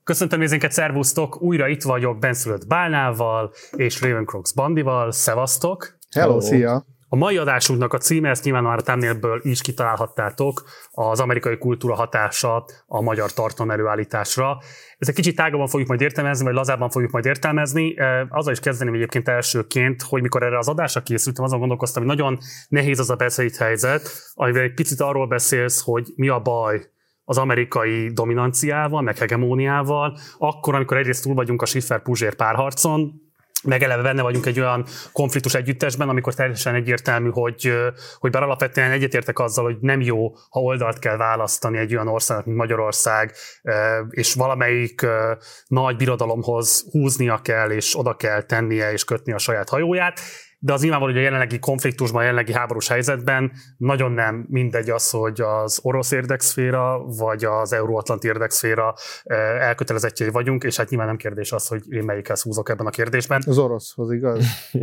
Köszöntöm nézőinket, szervusztok! Újra itt vagyok Benszülött Bálnával és Ravencrox Bandival. Szevasztok! Hello, szia! A mai adásunknak a címe, ezt nyilván már a thumbnailből is kitalálhattátok, az amerikai kultúra hatása a magyar tartalom előállításra. Ezt egy kicsit tágabban fogjuk majd értelmezni, vagy lazábban fogjuk majd értelmezni. Azzal is kezdeném egyébként elsőként, hogy mikor erre az adásra készültem, azon gondolkoztam, hogy nagyon nehéz az a beszédhelyzet, amivel egy picit arról beszélsz, hogy mi a baj az amerikai dominanciával, meg hegemóniával, akkor, amikor egyrészt túl vagyunk a Schiffer-Puzsér párharcon, meg eleve benne vagyunk egy olyan konfliktus együttesben, amikor teljesen egyértelmű, hogy bár alapvetően egyetértek azzal, hogy nem jó, ha oldalt kell választani egy olyan országnak, mint Magyarország, és valamelyik nagy birodalomhoz húznia kell, és oda kell tennie, és kötni a saját hajóját. De az nyilvánvaló, hogy a jelenlegi konfliktusban, a jelenlegi háborús helyzetben nagyon nem mindegy az, hogy az orosz érdekszféra, vagy az euróatlanti érdekszféra elkötelezettjei vagyunk, és hát nyilván nem kérdés az, hogy én melyikhez húzok ebben a kérdésben. Az oroszhoz, igaz?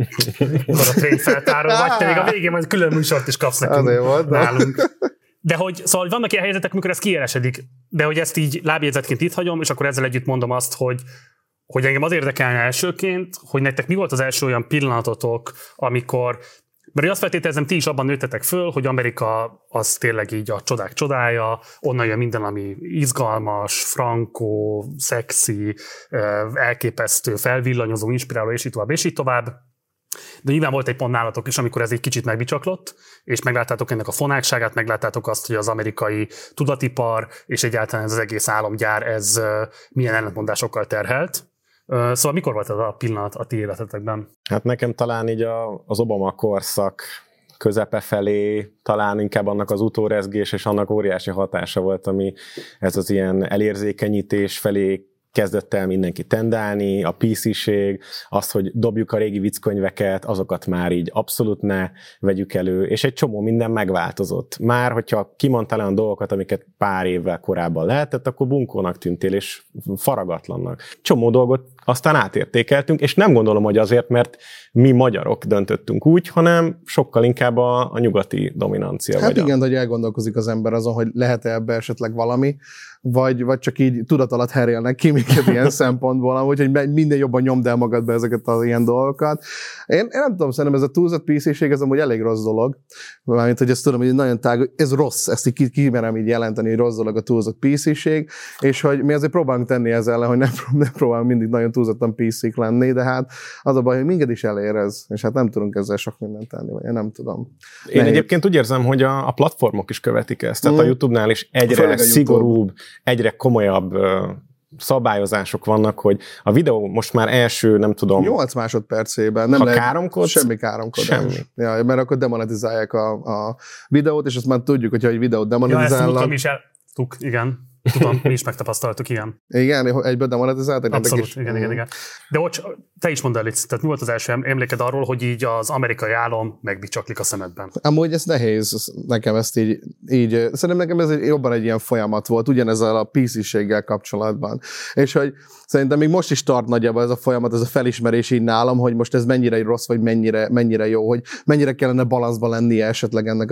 Az a trénfeltáró, vagy pedig a végén majd külön műsort is kapsz nekünk nálunk. De hogy, szóval vannak ilyen helyzetek, amikor ez kiélesedik, de hogy ezt így lábjegyzetként itt hagyom, és akkor ezzel együtt mondom azt, hogy engem az érdekelne elsőként, hogy nektek mi volt az első olyan pillanatotok, amikor, mert azt feltételezem, ti is abban nőttetek föl, hogy Amerika az tényleg így a csodák csodája, onnan jön minden, ami izgalmas, frankó, szexi, elképesztő, felvillanyozó, inspiráló, és így tovább. De nyilván volt egy pont nálatok is, amikor ez egy kicsit megbicsaklott, és megláttátok ennek a fonákságát, megláttátok azt, hogy az amerikai tudatipar és egyáltalán ez az egész álomgyár, ez milyen ellentmondásokkal terhelt. Szóval mikor volt ez a pillanat a ti életetekben? Hát nekem talán így az Obama korszak közepe felé talán inkább annak az utórezgés és annak óriási hatása volt, ami ez az ilyen elérzékenyítés felé kezdett el mindenki tendálni, a PC-ség, az, hogy dobjuk a régi vicckönyveket, azokat már így abszolút ne vegyük elő, és egy csomó minden megváltozott. Már, hogyha kimondtál olyan dolgokat, amiket pár évvel korábban lehetett, akkor bunkónak tűntél, és faragatlannak. Csomó dolgot aztán átértékeltünk, és nem gondolom, hogy azért, mert mi magyarok döntöttünk úgy, hanem sokkal inkább a nyugati dominancia. Hát igen, hogy elgondolkozik az ember azon, hogy lehet-e ebbe esetleg valami, vagy csak így tudat alatt herélnek ki minket ilyen szempontból, amúgy, hogy minden jobban nyomd el magadba ezeket az ilyen dolgokat. Én nem tudom, szerintem ez a túlzott PC-ség, ez amúgy elég rossz dolog. Mármint, hogy ezt tudom, hogy nagyon tág, ez rossz, ezt így kimerem így jelenteni, hogy rossz dolog a túlzott PC-ség, és hogy mi azért próbálunk tenni ezzel ellen, hogy nem próbálunk mindig nagyon túlzottan PC-k lenni, de hát az a baj, hogy minket is elér ez, és hát nem tudunk ezzel sok mindent tenni, vagy én nem tudom. Én egyébként úgy érzem, hogy a platformok is követik ezt, tehát a YouTube-nál is egyre szigorúbb, egyre komolyabb szabályozások vannak, hogy a videó most már első, nem tudom... 8 másodpercében nem lehet káromkod, semmi káromkodás. Semmi. Ja, mert akkor demonetizálják a videót, és azt már tudjuk, hogyha egy videót demonetizálnak... Ja, ezt igen. Tudom, mi is megtapasztaltuk, igen. Igen, egyből demonetizáltak? Abszolút, igen. De te is mondd el, tehát mi volt az első emléked arról, hogy így az amerikai álom megbicsaklik a szemedben? Amúgy ez nehéz nekem ezt így szerintem nekem ez jobban egy ilyen folyamat volt, ugyanezzel a PC-séggel kapcsolatban. És hogy szerintem még most is tart nagyjából ez a folyamat, ez a felismerés így nálam, hogy most ez mennyire rossz, vagy mennyire jó, hogy mennyire kellene balanszban lennie esetleg ennek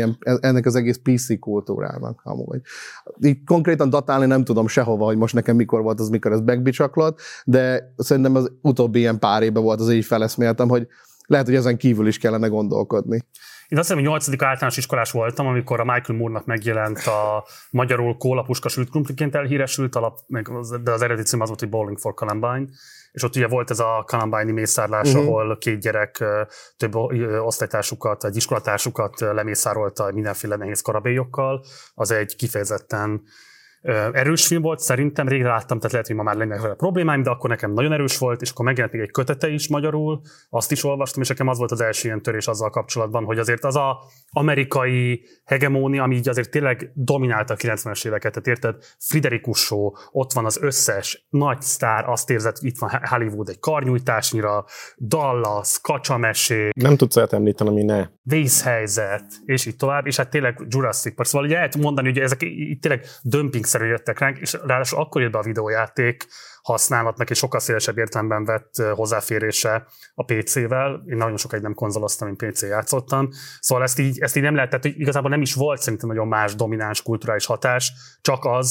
az egész PC kultúrának amúgy. Így konkrétan datálni nem tudom sehova, hogy most nekem mikor volt az, mikor ez megbicsaklott, de szerintem az utóbbi ilyen pár évben volt az így feleszméltem, hogy lehet, hogy ezen kívül is kellene gondolkodni. Én azt hiszem, hogy 8. általános iskolás voltam, amikor a Michael Moore-nak megjelent a magyarul Kólapuska sült krumpliként elhíresült, de az eredeti cím az volt, hogy Bowling for Columbine, és ott ugye volt ez a Columbine-i mészárlás, ahol 2 gyerek több osztálytársukat, egy iskolatársukat lemészárolta mindenféle nehéz karabélyokkal. Az egy kifejezetten erős film volt, szerintem régre láttam, tehát lehet, hogy ma már lennének vele problémáim, de akkor nekem nagyon erős volt, és akkor megjelent még egy kötete is magyarul, azt is olvastam, és nekem az volt az első ilyen törés azzal kapcsolatban, hogy azért az az amerikai hegemónia, ami így azért tényleg dominálta a 90-es éveket, tehát érted, Friderikus Shaw, ott van az összes nagy sztár, azt érzed, hogy itt van Hollywood egy karnyújtásnyira, Dallas, kacsamesé. Nem tudsz olyat említeni, ami ne. Vészhelyzet, és így tovább, és hát tényleg Jurassic Park. Szóval ugye lehet mondani, hogy ezek itt tényleg dömpingszerű jöttek ránk, és ráadásul akkor jött be a videójáték használatnak, és sokkal szélesebb értelemben vett hozzáférése a PC-vel. Én nagyon sokáig nem konzoloztam, én PC játszottam. Szóval ezt így nem lehet, tehát igazából nem is volt szerintem nagyon más domináns kulturális hatás, csak az,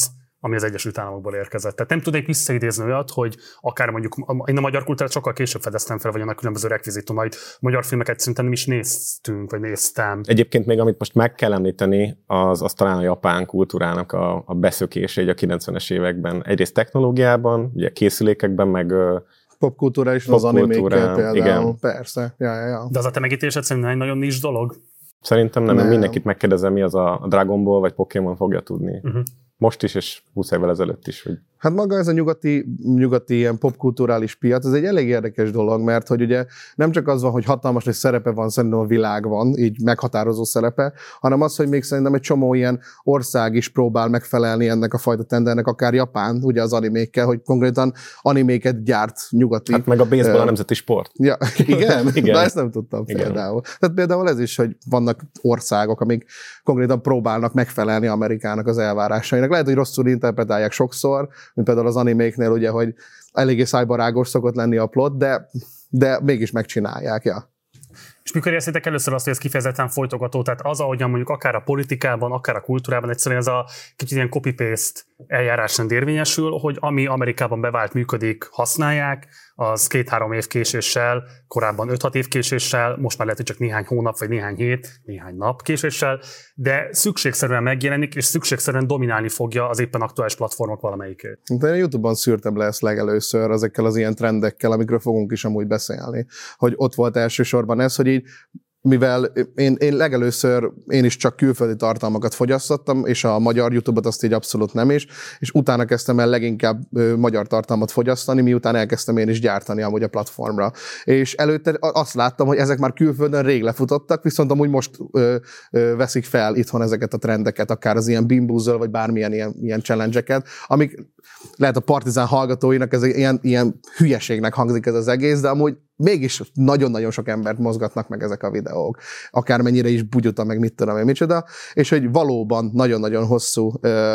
ami az Egyesült Államokból érkezett. Tehát nem tudnék visszaidézni olyat, hogy akár mondjuk, én a magyar kultúrát sokkal később fedeztem fel, vagy annak különböző rekvizitumait. Magyar filmeket szinte nem is néztünk, vagy néztem. Egyébként még amit most meg kell említeni, az talán a japán kultúrának a beszökése a 90-es években. Egyrészt technológiában, ugye készülékekben, meg popkultúrális, az animékkel például. Igen. Persze. Ja. De az a te megítélésed szerintem egy nagyon nincs dolog? Szerintem nem. Mindenkit megkérdezem, mi az a Dragon Ball vagy Pokémon, fogja tudni. Most is, és 20 évvel ezelőtt is. Hogy... Hát maga ez a nyugati ilyen popkulturális piac, ez egy elég érdekes dolog, mert hogy ugye nem csak az van, hogy hatalmas nagy szerepe van, szerintem a világban, így meghatározó szerepe, hanem az, hogy még szerintem egy csomó ilyen ország is próbál megfelelni ennek a fajta tendernek, akár Japán, ugye az animékkel, hogy konkrétan animéket gyárt nyugati. Hát meg a baseball a nemzeti sport. Ja, igen? Igen. De ezt nem tudtam például. Tehát például ez is, hogy vannak országok, amik konkrétan próbálnak megfelelni Amerikának az elvárásainak. Lehet, hogy rosszul interpretálják sokszor, mint például az animéknél, ugye, hogy eléggé szájbarágos szokott lenni a plot, de mégis megcsinálják, ja. És mikor érzitek először azt, hogy ez kifejezetten folytogató, tehát az, ahogyan mondjuk akár a politikában, akár a kultúrában egyszerűen ez a kicsit ilyen copy-paste eljárásrend érvényesül, hogy ami Amerikában bevált, működik, használják, az 2-3 év késéssel, korábban 5-6 év késéssel, most már lehet, hogy csak néhány hónap, vagy néhány hét, néhány nap késéssel, de szükségszerűen megjelenik, és szükségszerűen dominálni fogja az éppen aktuális platformok valamelyikét. De én YouTube-on szűrtem le ezt legelőször ezekkel az ilyen trendekkel, amikről fogunk is amúgy beszélni, hogy ott volt elsősorban ez, hogy így mivel én legelőször én is csak külföldi tartalmakat fogyasztottam, és a magyar YouTube-ot azt így abszolút nem is, és utána kezdtem el leginkább magyar tartalmat fogyasztani, miután elkezdtem én is gyártani amúgy a platformra. És előtte azt láttam, hogy ezek már külföldön rég lefutottak, viszont amúgy most veszik fel itthon ezeket a trendeket, akár az ilyen Beanboozle, vagy bármilyen ilyen challenge-eket, amik lehet a Partizán hallgatóinak ez ilyen hülyeségnek hangzik ez az egész, de amúgy mégis nagyon-nagyon sok embert mozgatnak meg ezek a videók. Akármennyire is bugyuta, meg mit tudom én, micsoda, és hogy valóban nagyon-nagyon hosszú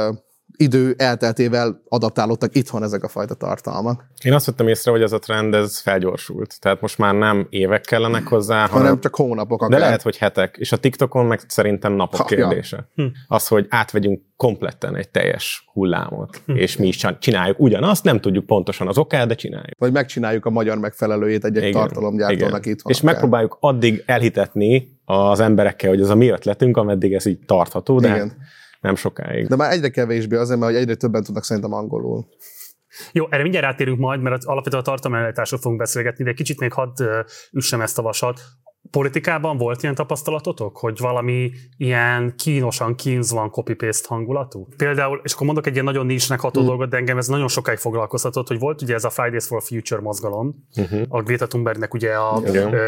idő elteltével adaptálódtak itthon ezek a fajta tartalmak. Én azt vettem észre, hogy ez a trend ez felgyorsult. Tehát most már nem évek kellenek hozzá, hanem csak hónapok. De lehet, hogy hetek. És a TikTokon meg szerintem napok kérdése. Az, hogy átvegyünk kompletten egy teljes hullámot, és mi is csináljuk ugyanazt, nem tudjuk pontosan az okát, de csináljuk. Vagy megcsináljuk a magyar megfelelőjét egy tartalomgyártónak itthon. És megpróbáljuk addig elhitetni az emberekkel, hogy ez a mi ötletünk, ameddig ez így tartható, de igen. Nem sokáig. De már egyre kevésbé azért, mert egyre többen tudnak szerintem angolul. Jó, erre mindjárt rátérünk majd, mert alapvetően a tartalományításról fogunk beszélgetni, de kicsit még hadd üssem ezt a vasat. Politikában volt ilyen tapasztalatotok, hogy valami ilyen kínosan kínzvan copy-paste hangulatú? Például, és akkor mondok egy ilyen nagyon nincsnek ható dolgot, de engem ez nagyon sokáig foglalkoztatott, hogy volt ugye ez a Fridays for Future mozgalom, a Greta Thunbergnek ugye a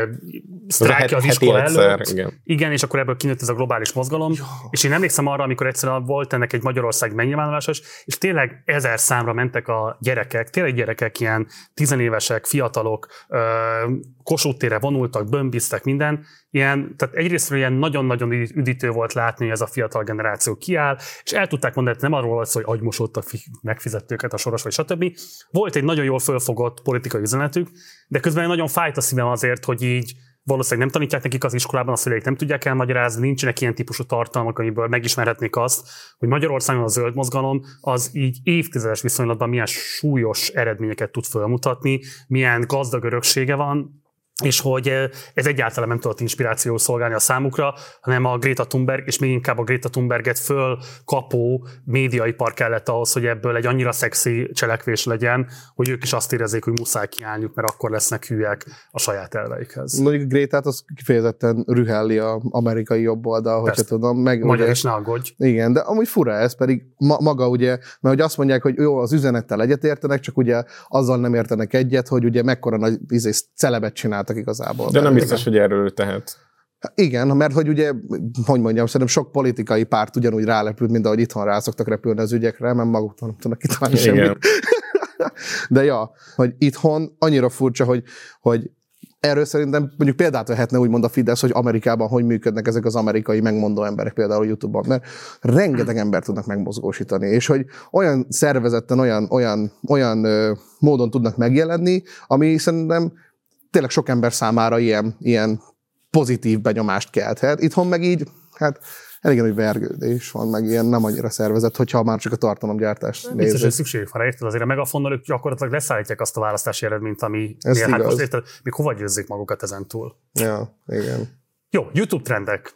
sztrájkja az iskola előtt. Igen, és akkor ebből kinőtt ez a globális mozgalom. És én emlékszem arra, amikor egyszerűen volt ennek egy Magyarország megnyilvánulása, és tényleg 1000 számra mentek a gyerekek, tényleg gyerekek, ilyen 10 évesek, fiatalok, Kossuth térre vonultak, bömbiztek, minden. Ilyen, tehát egyrészt ilyen nagyon-nagyon üdítő volt látni, hogy ez a fiatal generáció kiáll, és el tudták mondani, hogy nem arról volt szó, hogy agymosodtak, megfizett őket a Soros, vagy stb. Volt egy nagyon jól fölfogott politikai üzenetük, de közben nagyon fájt a szívem azért, hogy így valószínűleg nem tanítják nekik az iskolában, azt, hogy nem tudják elmagyarázni, nincsenek ilyen típusú tartalmak, amiből megismerhetnék azt, hogy Magyarországon a zöld mozgalom az így évtizedes viszonylatban milyen súlyos eredményeket tud felmutatni, milyen gazdag öröksége van, és hogy ez egyáltalán nem tudott inspirációul szolgálni a számukra, hanem a Greta Thunberg, és még inkább a Greta Thunberget fölkapó médiaipar kellett ahhoz, hogy ebből egy annyira szexi cselekvés legyen, hogy ők is azt érezzék, hogy muszáj kiállniuk, mert akkor lesznek hűek a saját elveikhez. Mondjuk Grétát az kifejezetten rühelli az amerikai jobboldal, hogyha tudom. Meg, magyar is ne aggódj. Igen, de amúgy fura ez, pedig maga ugye, mert hogy azt mondják, hogy jó, az üzenettel egyetértenek, csak ugye azzal nem értenek egyet, hogy ugye mekkora nagy celebet csináltak igazából. De nem biztos, hogy erről tehet. Igen, mert hogy ugye, hogy mondjam, szerintem sok politikai párt ugyanúgy rálepült, mint ahogy itthon rá szoktak repülni az ügyekre, mert maguktól nem tudnak kitalálni semmit. De ja, hogy itthon annyira furcsa, hogy erről szerintem mondjuk példát vehetne úgymond a Fidesz, hogy Amerikában hogy működnek ezek az amerikai megmondó emberek például YouTube-on, mert rengeteg embert tudnak megmozgósítani, és hogy olyan szervezetten, olyan módon tudnak megjelenni, ami szerintem tényleg sok ember számára ilyen pozitív benyomást kelthet. Itthon meg így, hát elég nagy vergődés van, meg ilyen nem annyira szervezett, hogyha már csak a tartalomgyártást nézzük. Biztos, hogy szükség van, érted? Azért a Megafonnal ők gyakorlatilag leszállítják azt a választási eredményt, ami hát most érted, még hova győzzék magukat ezen túl. Ja, igen. Jó, YouTube trendek.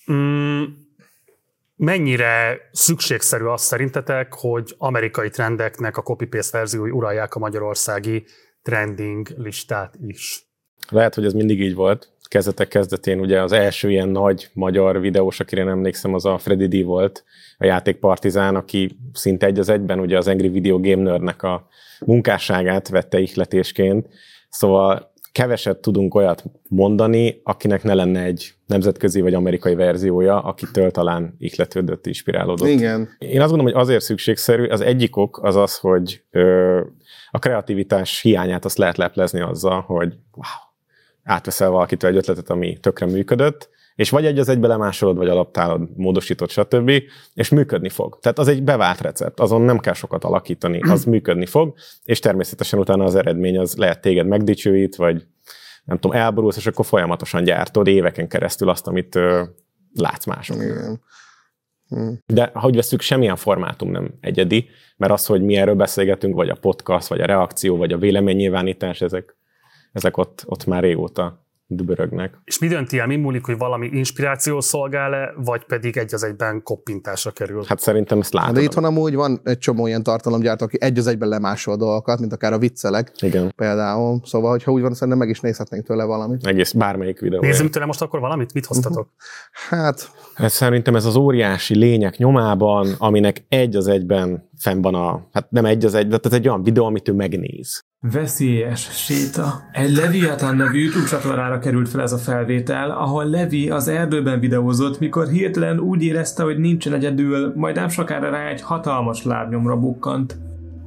Mennyire szükségszerű az szerintetek, hogy amerikai trendeknek a copy-paste verziói uralják a magyarországi trending listát is? Lehet, hogy ez mindig így volt. Kezdetén ugye az első ilyen nagy magyar videós, akire nem emlékszem, az a Freddy D volt, a játék partizán, aki szinte egy az egyben ugye az Angry Video Game Nerdnek a munkásságát vette ihletésként. Szóval keveset tudunk olyat mondani, akinek ne lenne egy nemzetközi vagy amerikai verziója, akitől talán ihletődött, inspirálódott. Igen. Én azt gondolom, hogy azért szükségszerű, az egyik ok az az, hogy a kreativitás hiányát azt lehet leplezni azzal, hogy átveszel valakitől egy ötletet, ami tökre működött, és vagy egy az egybe lemásolod, vagy alaptálod, módosítod, stb., és működni fog. Tehát az egy bevált recept, azon nem kell sokat alakítani, az működni fog, és természetesen utána az eredmény az lehet téged megdicsőít, vagy nem tudom, elborulsz, és akkor folyamatosan gyártod éveken keresztül azt, amit látsz másoknak. De ahogy veszük, semmilyen formátum nem egyedi, mert az, hogy mi erről beszélgetünk, vagy a podcast, vagy a reakció, vagy a véleménynyilvánítás, ezek ott már régóta dübörögnek. És mi dönti el, mi múlik, hogy valami inspiráció szolgál-e, vagy pedig egy az egyben koppintásra kerül? Hát szerintem ezt látod. De itthon amúgy van egy csomó ilyen tartalomgyártó, aki egy az egyben lemásol dolgokat, mint akár a viccelek. Igen. Például. Szóval, hogyha úgy van, szerintem meg is nézhetnénk tőle valamit. Egész bármelyik videó. Nézzünk tőle most akkor valamit? Mit hoztatok? Hát... Szerintem ez az óriási lények nyomában, aminek egy az egyben fenn van hát nem egy az egy, de ez egy olyan videó, amit ő megnéz. Veszélyes séta. Egy Leviathan nevű YouTube csatornára került fel ez a felvétel, ahol Levi az erdőben videózott, mikor hirtelen úgy érezte, hogy nincsen egyedül, majd nem sokára rá egy hatalmas lábnyomra bukkant.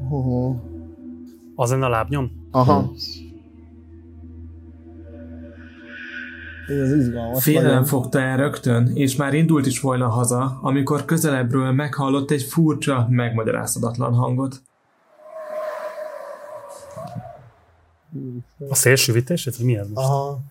Az lenne a lábnyom? Aha. Ez izgalmas. Félelem fogta el rögtön, és már indult is volna haza, amikor közelebbről meghallott egy furcsa, megmagyarázhatatlan hangot. A szélsűvítés? Ez mi ez most? Aha.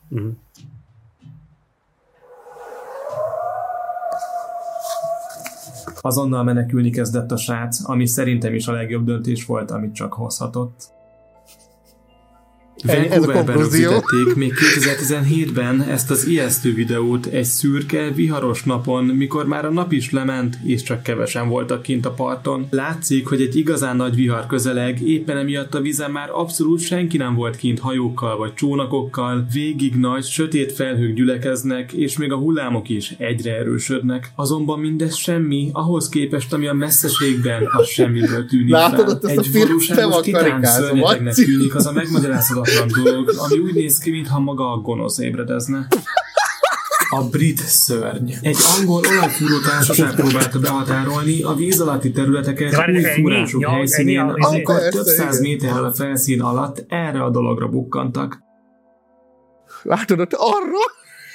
Azonnal menekülni kezdett a srác, ami szerintem is a legjobb döntés volt, amit csak hozhatott. Vancouverben rögzítették még 2017-ben ezt az ijesztő videót egy szürke, viharos napon, mikor már a nap is lement, és csak kevesen voltak kint a parton. Látszik, hogy egy igazán nagy vihar közeleg, éppen emiatt a vízen már abszolút senki nem volt kint hajókkal vagy csónakokkal, végig nagy, sötét felhők gyülekeznek, és még a hullámok is egyre erősödnek. Azonban mindez semmi, ahhoz képest, ami a messzeségben a semmiből tűnik. Látod, fel. Egy valóságos titán szörnyetegnek tűnik az a megmagyarázhatatlan dolog, ami úgy néz ki, mintha maga a gonosz ébredezne. A brit szörny. Egy angol olajfúró társaság próbálta behatárolni a víz alatti területeket új fúrások helyszínén, amikor több száz méterrel a felszín alatt erre a dologra bukkantak. Látod, ott arra?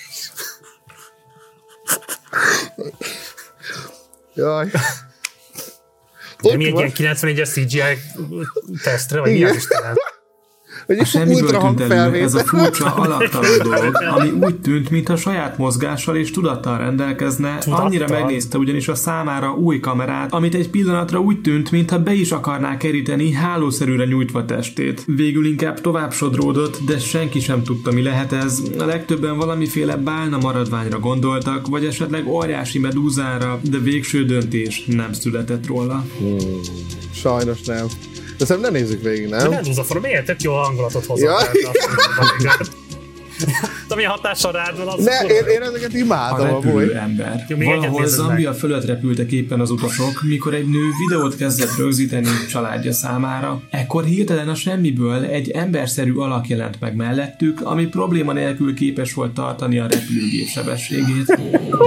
Jaj. De mi egy ilyen 91-es CGI tesztre, vagy mi az Istenem? A semmiből tűnt elő ez a furcsa, alaptalan dolog, ami úgy tűnt, mintha saját mozgással és tudattal rendelkezne, annyira megnézte ugyanis a számára új kamerát, amit egy pillanatra úgy tűnt, mintha be is akarná keríteni hálószerűre nyújtva testét. Végül inkább tovább sodródott, de senki sem tudta, mi lehet ez. A legtöbben valamiféle bálna maradványra gondoltak, vagy esetleg óriási medúzára, de végső döntés nem született róla. Sajnos nem. De szerintem ne nézzük végig, nem? De nem húzzafor, miért tök jó hangulatot hozott? De milyen hatással rád van az? Én ezeket imádom. A repülő ember. Valahol Zambia fölött repültek éppen az utasok, mikor egy nő videót kezdett rögzíteni családja számára. Ekkor hirtelen a semmiből egy emberszerű alak jelent meg mellettük, ami probléma nélkül képes volt tartani a repülőgép sebességét.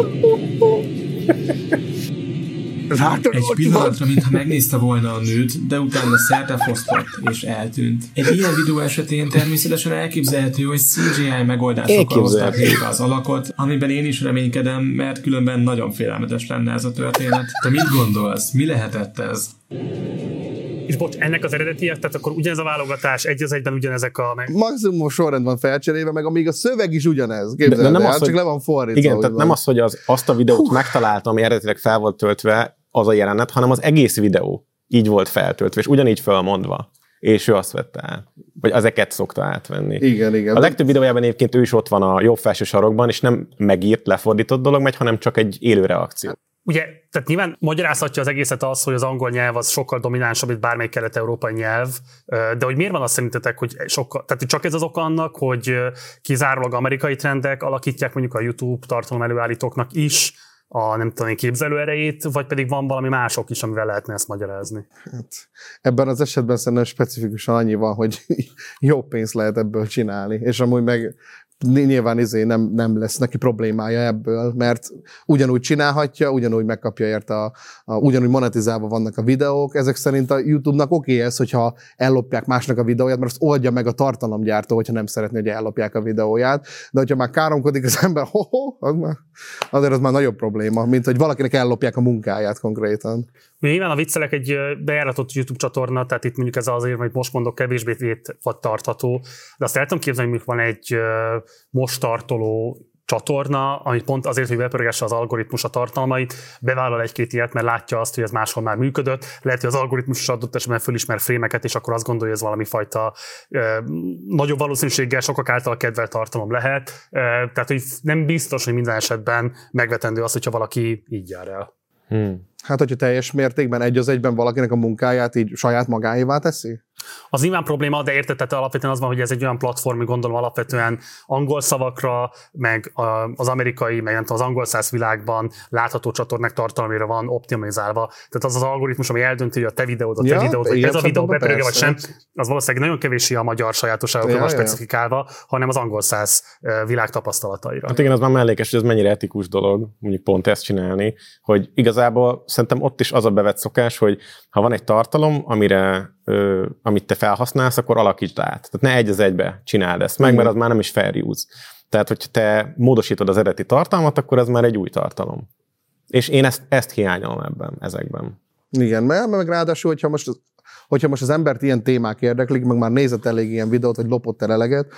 Egy pillanatra, mintha megnézte volna a nőt, de utána szertefosztott és eltűnt. Egy ilyen videó esetén természetesen elképzelhető, hogy CGI megoldásokkal hozták létre az alakot, amiben én is reménykedem, mert különben nagyon félelmetes lenne ez a történet. Te mit gondolsz? Mi lehetett ez? És bocs, ennek az eredetiek, tehát akkor ugyanez a válogatás, egy az egyben ugyanezek a... Maximum sorrend van felcserélve, meg amíg a szöveg is ugyanez. Képzeld, de nem az, csak le van fordítva. Igen, tehát nem az, hogy azt a videót megtaláltam, ami eredetileg fel volt töltve, az a jelenet, hanem az egész videó így volt feltöltve, és ugyanígy felmondva. És ő azt vette át. Vagy ezeket szokta átvenni. Igen. A legtöbb videójában egyébként ő is ott van a jobb felső sarokban, és nem megírt, lefordított dolog megy, hanem csak egy élő reakció. Ugye, tehát nyilván magyarázhatja az egészet az, hogy az angol nyelv az sokkal dominánsabb, mint bármelyik kelet-európai nyelv, de hogy miért van azt szerintetek, hogy tehát csak ez az oka annak, hogy kizárólag amerikai trendek alakítják mondjuk a YouTube tartalom előállítóknak is a nem tudom, képzelőerejét, vagy pedig van valami mások is, amivel lehetne ezt magyarázni? Hát, ebben az esetben szerintem specifikusan annyi van, hogy jó pénzt lehet ebből csinálni, és amúgy meg nyilván nem lesz neki problémája ebből, mert ugyanúgy csinálhatja, ugyanúgy megkapja érte, ugyanúgy monetizálva vannak a videók. Ezek szerint a YouTube-nak oké ez, hogyha ellopják másnak a videóját, mert azt oldja meg a tartalomgyártó, hogyha nem szeretné, hogy ellopják a videóját. De hogyha már káromkodik az ember, azért az már nagyobb probléma, mint hogy valakinek ellopják a munkáját konkrétan. Nyilván a Viccelek egy bejáratott YouTube csatorna, tehát itt mondjuk ez azért, amit most mondok, kevésbé vagy tartható, de azt el tudom képzelni, hogy van egy most tartoló csatorna, amit pont azért, hogy bepörgesse az algoritmus a tartalmait, bevállal egy-két ilyet, mert látja azt, hogy ez máshol már működött. Lehet, hogy az algoritmus is adott esetben fölismer frémeket, és akkor azt gondolja, hogy ez valami fajta nagyobb valószínűséggel sokak által kedvelt tartalom lehet. Tehát, hogy nem biztos, hogy minden esetben megvetendő az, hogyha valaki így jár el. Hát, hogyha teljes mértékben egy az egyben valakinek a munkáját így saját magáévá teszi? Az nyilván probléma, de érted, tehát alapvetően az van, hogy ez egy olyan platform, gondolom alapvetően angol szavakra, meg az amerikai, meg nem tudom, az angol száz világban látható csatornák tartalmira van optimalizálva. Tehát az az algoritmus, ami eldönti, hogy a te videód, vagy ez a videó bepöröge vagy sem, az valószínűleg nagyon kevéssé a magyar sajátosságokra van specifikálva, hanem az angol száz világ tapasztalataira. Hát igen, az már mellékes, hogy ez mennyire etikus dolog, mondjuk pont ezt csinálni, hogy igazából szerintem ott is az a bevett szokás, hogy ha van egy tartalom, amit te felhasználsz, akkor alakítsd át. Tehát ne egy az egybe csináld ezt meg, mert az már nem is fair use. Tehát, hogyha te módosítod az eredeti tartalmat, akkor ez már egy új tartalom. És én ezt hiányolom ezekben. Igen, meg ráadásul, hogyha most az embert ilyen témák érdeklik, meg már nézett elég ilyen videót, vagy lopott el eleget,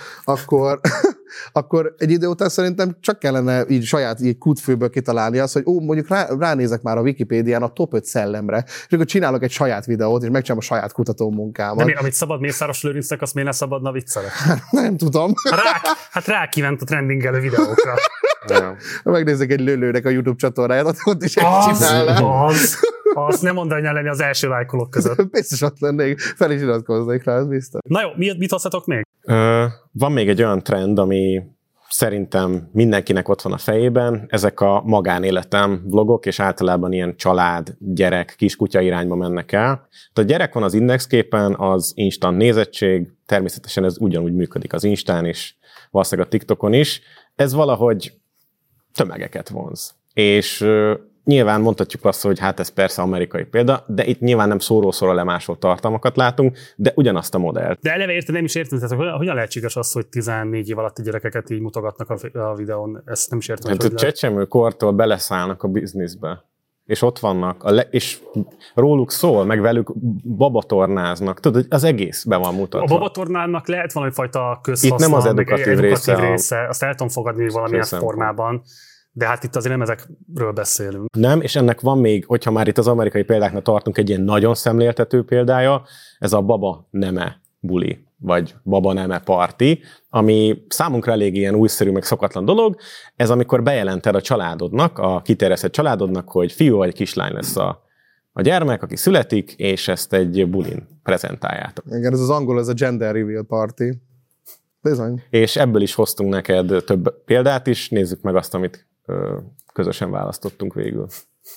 akkor egy idő után szerintem csak kellene így saját így kútfőből kitalálni azt, hogy mondjuk ránézek már a Wikipédián a top 5 szellemre, és akkor csinálok egy saját videót, és megcsinálom a saját kutató munkámat. De amit szabad Mészáros Lőrincnek, azt miért ne szabadna Viccelek? Nem tudom. Rá kívánt a trendingelő videókra. Megnézzek egy lőlőnek a YouTube csatornáját, ott is egy csinálnám. Azt nem mondd, hogy ne lenni az első lájkolók között. Biztos ott lennék, fel is iratkoznék rá, az biztos. Na jó, mit hoztatok még? Van még egy olyan trend, ami szerintem mindenkinek ott van a fejében, ezek a magánéletem vlogok, és általában ilyen család, gyerek, kiskutya irányba mennek el. A gyerek van az indexképen, az instant nézettség, természetesen ez ugyanúgy működik az Instán is, valószínűleg a TikTokon is. Ez valahogy tömegeket vonz. És nyilván mondhatjuk azt, hogy hát ez persze amerikai példa, de itt nyilván nem szóról-szóra lemásolt tartalmakat látunk, de ugyanazt a modellt. De eleve nem is értem, tehát hogyan lehetséges az, hogy 14 év alatti gyerekeket így mutogatnak a videón? Ezt nem is értem. Hát a csecsemő kortól beleszállnak a bizniszbe. És ott vannak, és róluk szól, meg velük babatornáznak. Tudod, az egész be van mutatva. A babatornának lehet valami fajta közhaszna, itt nem az edukatív része. Azt el tudom fogadni valamilyen formában. De hát itt azért nem ezekről beszélünk. Nem, és ennek van még, hogyha már itt az amerikai példáknál tartunk, egy ilyen nagyon szemléltető példája, ez a baba neme buli, vagy baba neme party, ami számunkra elég ilyen újszerű, meg szokatlan dolog. Ez amikor bejelented a családodnak, a kiterjesztett családodnak, hogy fiú vagy kislány lesz a gyermek, aki születik, és ezt egy bulin prezentáljátok. Igen, ez az angol, ez a gender reveal party. Bizony. És ebből is hoztunk neked több példát is, nézzük meg azt, amit közösen választottunk végül.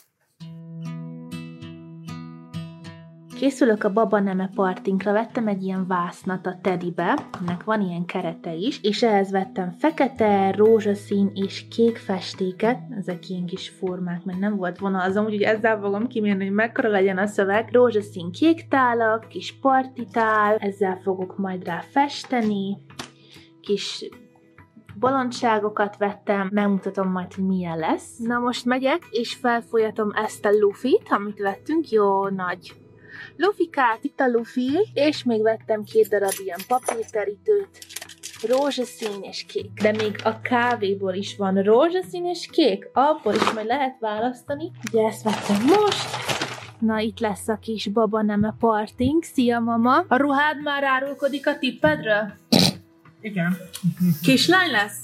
Készülök a babaneme partinkra, vettem egy ilyen vásznat a Teddybe, ennek van ilyen kerete is, és ehhez vettem fekete, rózsaszín és kék festéket, ezek ilyen kis formák, mert nem volt vonalazom, úgyhogy ezzel fogom kimérni, hogy mekkora legyen a szöveg. Rózsaszín kék tálak, kis partitál, ezzel fogok majd rá festeni, kis bolondságokat vettem, megmutatom majd, hogy milyen lesz. Na most megyek, és felfolyatom ezt a lufit, amit vettünk, jó nagy Lufikát, itt a lufi, és még vettem 2 darab ilyen papírterítőt. Rózsaszín és kék. De még a kávéból is van rózsaszín és kék. Abból is majd lehet választani. Ugye ezt vettem most. Na, itt lesz a kis babaneme partink. Szia, mama! A ruhád már árulkodik a tippedről? Igen. Kislány lesz?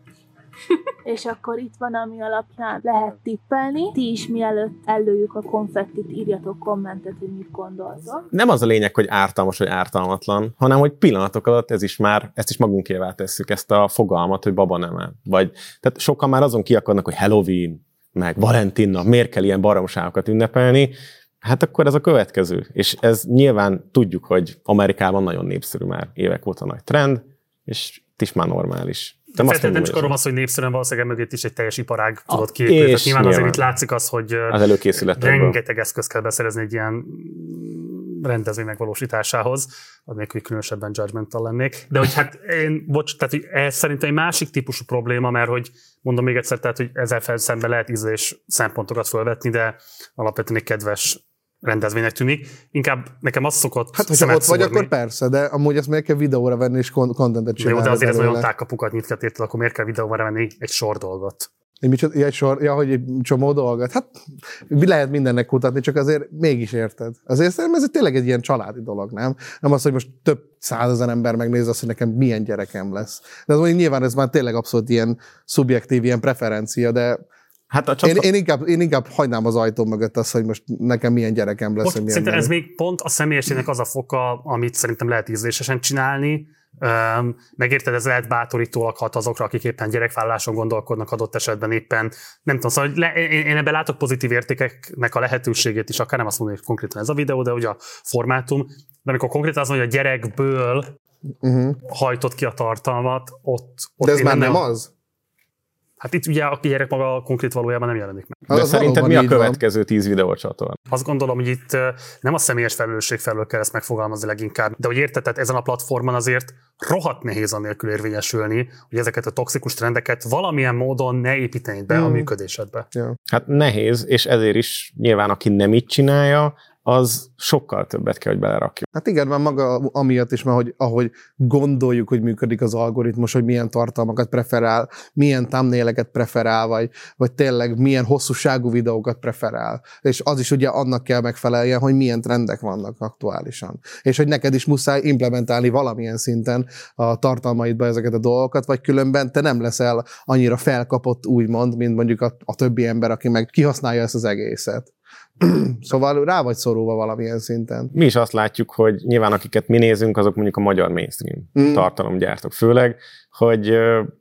És akkor itt van, ami alapján lehet tippelni. Ti is mielőtt előjük a konfettit, írjatok kommentet, hogy mit gondoltok. Nem az a lényeg, hogy ártalmas vagy ártalmatlan, hanem hogy pillanatok alatt ezt is magunkévá tesszük, ezt a fogalmat, hogy babaneme. Vagy, tehát sokan már azon kiakadnak, hogy Halloween, meg Valentin nap, miért kell ilyen baromságokat ünnepelni. Hát akkor ez a következő. És ez nyilván tudjuk, hogy Amerikában nagyon népszerű már évek óta nagy trend, és is már normális. Nem csak arról van szó, hogy népszerűen valószínűleg mögött is egy teljes iparág tudott kiépülni. Tehát nyilván azért itt látszik az, hogy rengeteg eszköz kell beszerezni egy ilyen rendezvény megvalósításához, annélkül, hogy különösebben judgmental lennék. De hogy hát tehát ez szerintem egy másik típusú probléma, mert hogy mondom még egyszer, tehát hogy ezzel szemben lehet ízlés szempontokat felvetni, de alapvetően egy kedves rendezvénynek tűnik. Inkább nekem az szokott hát, hogyha ott vagy, akkor persze, de amúgy ezt miért kell videóra venni és contentet csinálni? Jó, de azért ez olyan tálkapukat nyitkát érted, akkor miért kell videóra venni egy sor dolgot? Hogy egy csomó dolgot. Hát lehet mindennek kutatni, csak azért mégis érted. Azért szerintem ez tényleg egy ilyen családi dolog, nem? Nem az, hogy most több 100 000 ember megnéz azt, hogy nekem milyen gyerekem lesz. De az mondjuk nyilván ez már tényleg abszolút ilyen szubjektív, ilyen preferencia, de hát én inkább hagynám az ajtó mögött azt, hogy most nekem milyen gyerekem lesz. Szerintem ez még pont a személyesének az a foka, amit szerintem lehet ízlésesen csinálni. Megérted, ez lehet bátorítólag hat azokra, akik éppen gyerekvállaláson gondolkodnak adott esetben éppen. Nem tudom, szóval én ebben látok pozitív értékeknek a lehetőségét is, akár nem azt mondom, hogy konkrétan ez a videó, de ugye a formátum. De amikor konkrétan az mondja, hogy a gyerekből hajtott ki a tartalmat, ott de ez már nem az? Hát itt ugye a gyerek maga konkrét valójában nem jelenik meg. De szerinted mi a következő 10 videócsatorna? Azt gondolom, hogy itt nem a személyes felelősség felől kell ezt megfogalmazni leginkább, de hogy érted, tehát ezen a platformon azért rohadt nehéz anélkül érvényesülni, hogy ezeket a toxikus trendeket valamilyen módon ne építenéd be a működésedbe. Ja. Hát nehéz, és ezért is nyilván aki nem így csinálja, az sokkal többet kell, hogy belerakjon. Hát igen, már maga amiatt is, mert hogy ahogy gondoljuk, hogy működik az algoritmus, hogy milyen tartalmakat preferál, milyen thumbnaileket preferál, vagy tényleg milyen hosszúságú videókat preferál. És az is ugye annak kell megfeleljen, hogy milyen trendek vannak aktuálisan. És hogy neked is muszáj implementálni valamilyen szinten a tartalmaidba ezeket a dolgokat, vagy különben te nem leszel annyira felkapott, úgymond, mint mondjuk a többi ember, aki meg kihasználja ezt az egészet. Szóval rá vagy szorulva valamilyen szinten. Mi is azt látjuk, hogy nyilván akiket mi nézünk, azok mondjuk a magyar mainstream tartalomgyártók főleg, hogy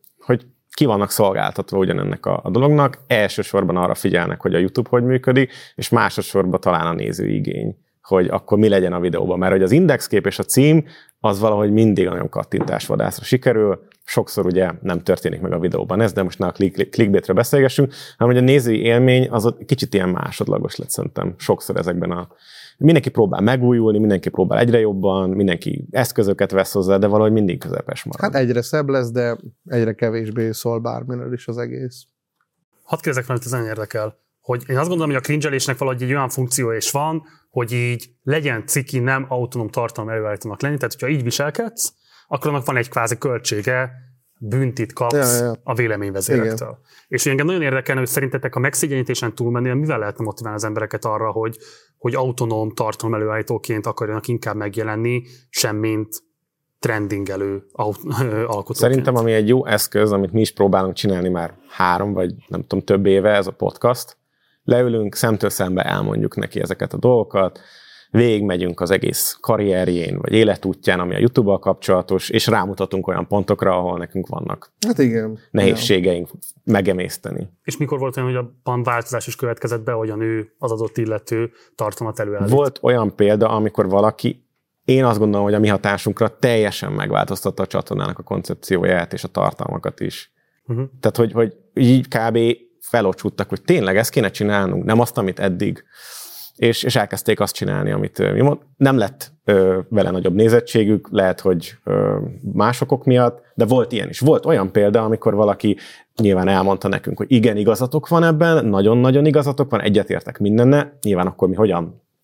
ki vannak szolgáltatva ugyanennek a dolognak. Elsősorban arra figyelnek, hogy a YouTube hogy működik, és másodszorban talán a nézőigény, hogy akkor mi legyen a videóban. Mert hogy az indexkép és a cím, az valahogy mindig nagyon kattintásvadászra sikerül, sokszor ugye nem történik meg a videóban ez, de most ne a clickbaitről beszélgessünk, hanem hogy a nézői élmény az kicsit ilyen másodlagos lett szerintem sokszor ezekben mindenki próbál megújulni, mindenki próbál egyre jobban, mindenki eszközöket vesz hozzá, de valahogy mindig közepes marad. Hát egyre szebb lesz, de egyre kevésbé szól bármiről is az egész. Hadd kérdezek valamit, ez nagyon érdekel, hogy én azt gondolom, hogy a cringe-elésnek valahogy egy olyan funkciója is van, hogy így legyen ciki, nem autonóm tartalom előállítónak lenni, tehát hogyha így viselkedsz, akkor annak van egy kvázi költsége, büntit kapsz a véleményvezérektől. Igen. És engem nagyon érdekelne, hogy szerintetek a megszégyenítésen túlmenően mivel lehetne motiválni az embereket arra, hogy autonóm tartalom előállítóként akarjanak inkább megjelenni, semmint trendingelő alkotóként. Szerintem ami egy jó eszköz, amit mi is próbálunk csinálni már 3 vagy nem tudom több éve, ez a podcast. Leülünk, szemtől szembe elmondjuk neki ezeket a dolgokat, végigmegyünk az egész karrierjén, vagy életútján, ami a YouTube-bal kapcsolatos, és rámutatunk olyan pontokra, ahol nekünk vannak nehézségeink megemészteni. És mikor volt olyan, hogy abban változás is következett be, hogyan ő az adott illető tartalmat előállít? Volt olyan példa, amikor valaki, én azt gondolom, hogy a mi hatásunkra teljesen megváltoztatta a csatornának a koncepcióját, és a tartalmakat is. Tehát, hogy így kb. Felocsúttak, hogy tényleg ezt kéne csinálnunk, nem azt, amit eddig. És elkezdték azt csinálni, amit mi mond. Nem lett vele nagyobb nézettségük, lehet, hogy másokok miatt, de volt ilyen is. Volt olyan példa, amikor valaki nyilván elmondta nekünk, hogy igen, igazatok van ebben, nagyon-nagyon igazatok van, egyetértek mindenne, nyilván akkor mi hogyan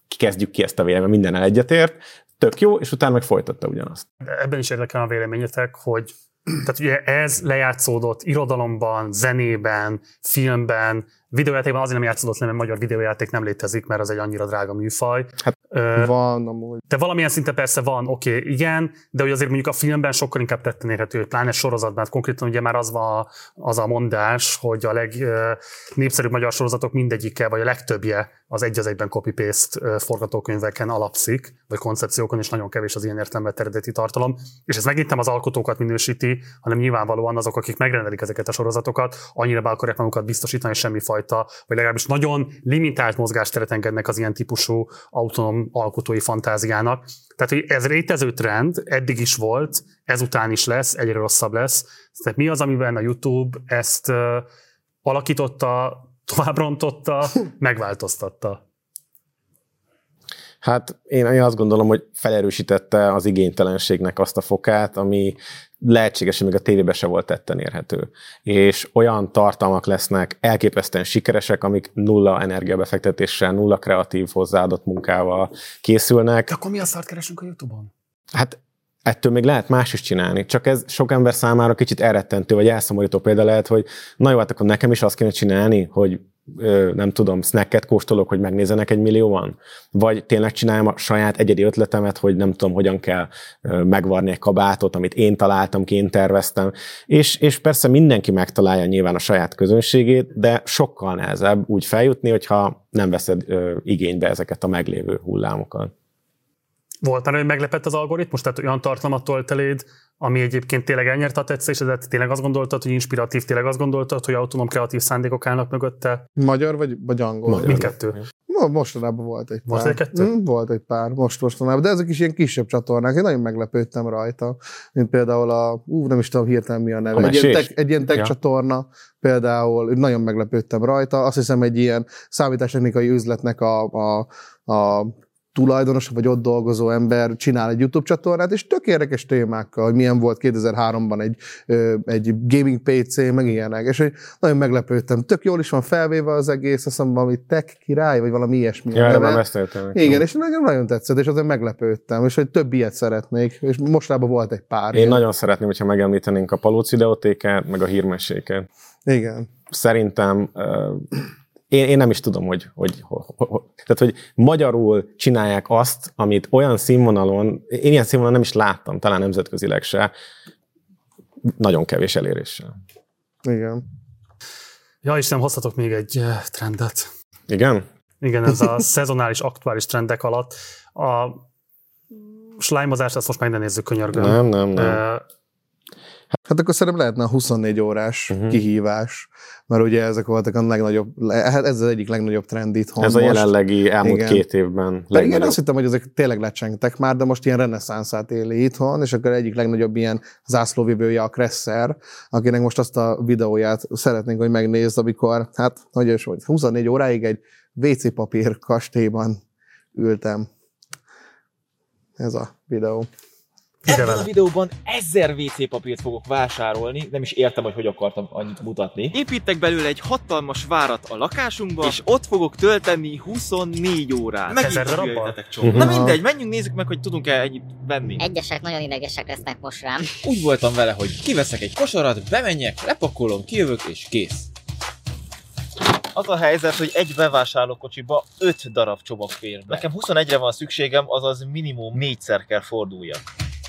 kezdjük ki ezt a véleményt, mindennel egyetért, tök jó, és utána meg folytatta ugyanazt. Ebben is érdekel a véleményetek, hogy tehát ugye ez lejátszódott irodalomban, zenében, filmben, videójátékban azért nem játszódott le, mert magyar videójáték nem létezik, mert az egy annyira drága műfaj. Hát van amúgy. De valamilyen szinten persze van, oké, igen, de hogy azért mondjuk a filmben sokkal inkább tetten érhető, pláne sorozatban, hát konkrétan ugye már az a mondás, hogy a legnépszerűbb magyar sorozatok mindegyike, vagy a legtöbbje az egy az egyben copy-paste forgatókönyveken alapszik, vagy koncepciókon, és nagyon kevés az ilyen értelemben eredeti tartalom. És ez megint nem az alkotókat minősíti, hanem nyilvánvalóan azok, akik megrendelik ezeket a sorozatokat, annyira be akarják magukat biztosítani, hogy semmifajta, vagy legalábbis nagyon limitált mozgásteret engednek az ilyen típusú autonóm alkotói fantáziának. Tehát, hogy ez létező trend, eddig is volt, ezután is lesz, egyre rosszabb lesz. Tehát mi az, amiben a YouTube ezt alakította, továbbrontotta, megváltoztatta? Hát én azt gondolom, hogy felerősítette az igénytelenségnek azt a fokát, ami lehetséges, hogy még a tévében se volt tetten érhető. És olyan tartalmak lesznek elképesztően sikeresek, amik nulla energiabefektetéssel, nulla kreatív hozzáadott munkával készülnek. De akkor mi a szart keresünk a YouTube-on? Hát ettől még lehet más is csinálni, csak ez sok ember számára kicsit elrettentő, vagy elszomorító példa lehet, hogy na jó, hát akkor nekem is azt kéne csinálni, hogy nem tudom, snacket kóstolok, hogy megnézzenek 1 millióan? Vagy tényleg csináljam a saját egyedi ötletemet, hogy nem tudom, hogyan kell megvarni egy kabátot, amit én találtam ki, én terveztem. És persze mindenki megtalálja nyilván a saját közönségét, de sokkal nehezebb úgy feljutni, hogyha nem veszed igénybe ezeket a meglévő hullámokat. Volt már, hogy meglepett az algoritmus? Tehát olyan tartalmat tolt eléd, ami egyébként tényleg elnyerte a tetszésedet, tényleg azt gondoltad, hogy inspiratív, tényleg azt gondoltad, hogy autonóm kreatív szándékok állnak mögötte? Magyar vagy angol? Magyar. Mindkettő. Mostanában volt egy pár. Volt egy kettő? Volt egy pár, mostanában, de ezek is ilyen kisebb csatornák, én nagyon meglepődtem rajta, mint például nem is tudom hirtelen mi a neve, egy ilyen tech csatorna, például nagyon meglepődtem rajta, azt hiszem egy ilyen számítástechnikai üzletnek a tulajdonos, vagy ott dolgozó ember csinál egy YouTube csatornát, és tök érdekes témákkal, hogy milyen volt 2003-ban egy gaming PC, meg ilyenek, és hogy nagyon meglepődtem. Tök jól is van felvéve az egész, azt hiszem valami tech király, vagy valami ilyesmi. Ja, erről már beszéltem. Igen, és nagyon tetszett, és azért meglepődtem, és hogy több ilyet szeretnék, és mostában volt egy pár. Én nagyon szeretném, hogyha megemlítenénk a Palóc videótékát, meg a hírmeséket. Igen. Szerintem én nem is tudom, tehát, hogy magyarul csinálják azt, amit olyan színvonalon, én ilyen színvonalon nem is láttam, talán nemzetközileg se, nagyon kevés eléréssel. Igen. Ja, Istenem, hozhatok még egy trendet. Igen? Igen, ez a szezonális, aktuális trendek alatt. A slájmozást, azt most meg ne nézzük, könyörgöm. Nem. Hát akkor szerintem lehetne a 24 órás kihívás, mert ugye ezek voltak a legnagyobb, ez az egyik legnagyobb trend itthon. Ez most. A jelenlegi elmúlt 2 évben. Igen, azt hittem, hogy ezek tényleg lecsengtek már, de most ilyen reneszánszát éli itthon, és akkor egyik legnagyobb ilyen zászlóvivője a Kresser, akinek most azt a videóját szeretnénk, hogy megnézz, amikor, hát, hogy is volt, 24 óráig egy WC papír kastélyban ültem. Ez a videó. Ebben a videóban 1000 WC papírt fogok vásárolni, nem is értem, hogy akartam annyit mutatni. Építek belőle egy hatalmas várat a lakásunkba, és ott fogok tölteni 24 órát. Megint Na mindegy, menjünk nézzük meg, hogy tudunk-e ennyit venni. Egyesek nagyon idegesek lesznek most rám. Úgy voltam vele, hogy kiveszek egy kosarat, bemenjek, lepakolom, kijövök és kész. Az a helyzet, hogy egy bevásárlókocsiba 5 darab csomag fér. Nekem 21-re van szükségem, azaz minimum 4-szer kell forduljak.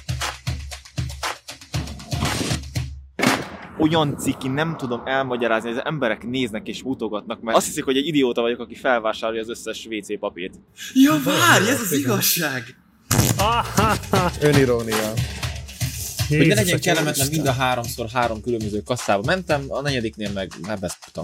Olyan ciki, nem tudom elmagyarázni, hogy az emberek néznek és mutogatnak, mert azt hiszik, hogy egy idióta vagyok, aki felvásárolja az összes WC papírt. Ja, várj, ez az igazság! Önirónia. Hogy ne legyen kellemetlen, mind a 3x3 különböző kasszába mentem, a 4-nél meg beszputtam.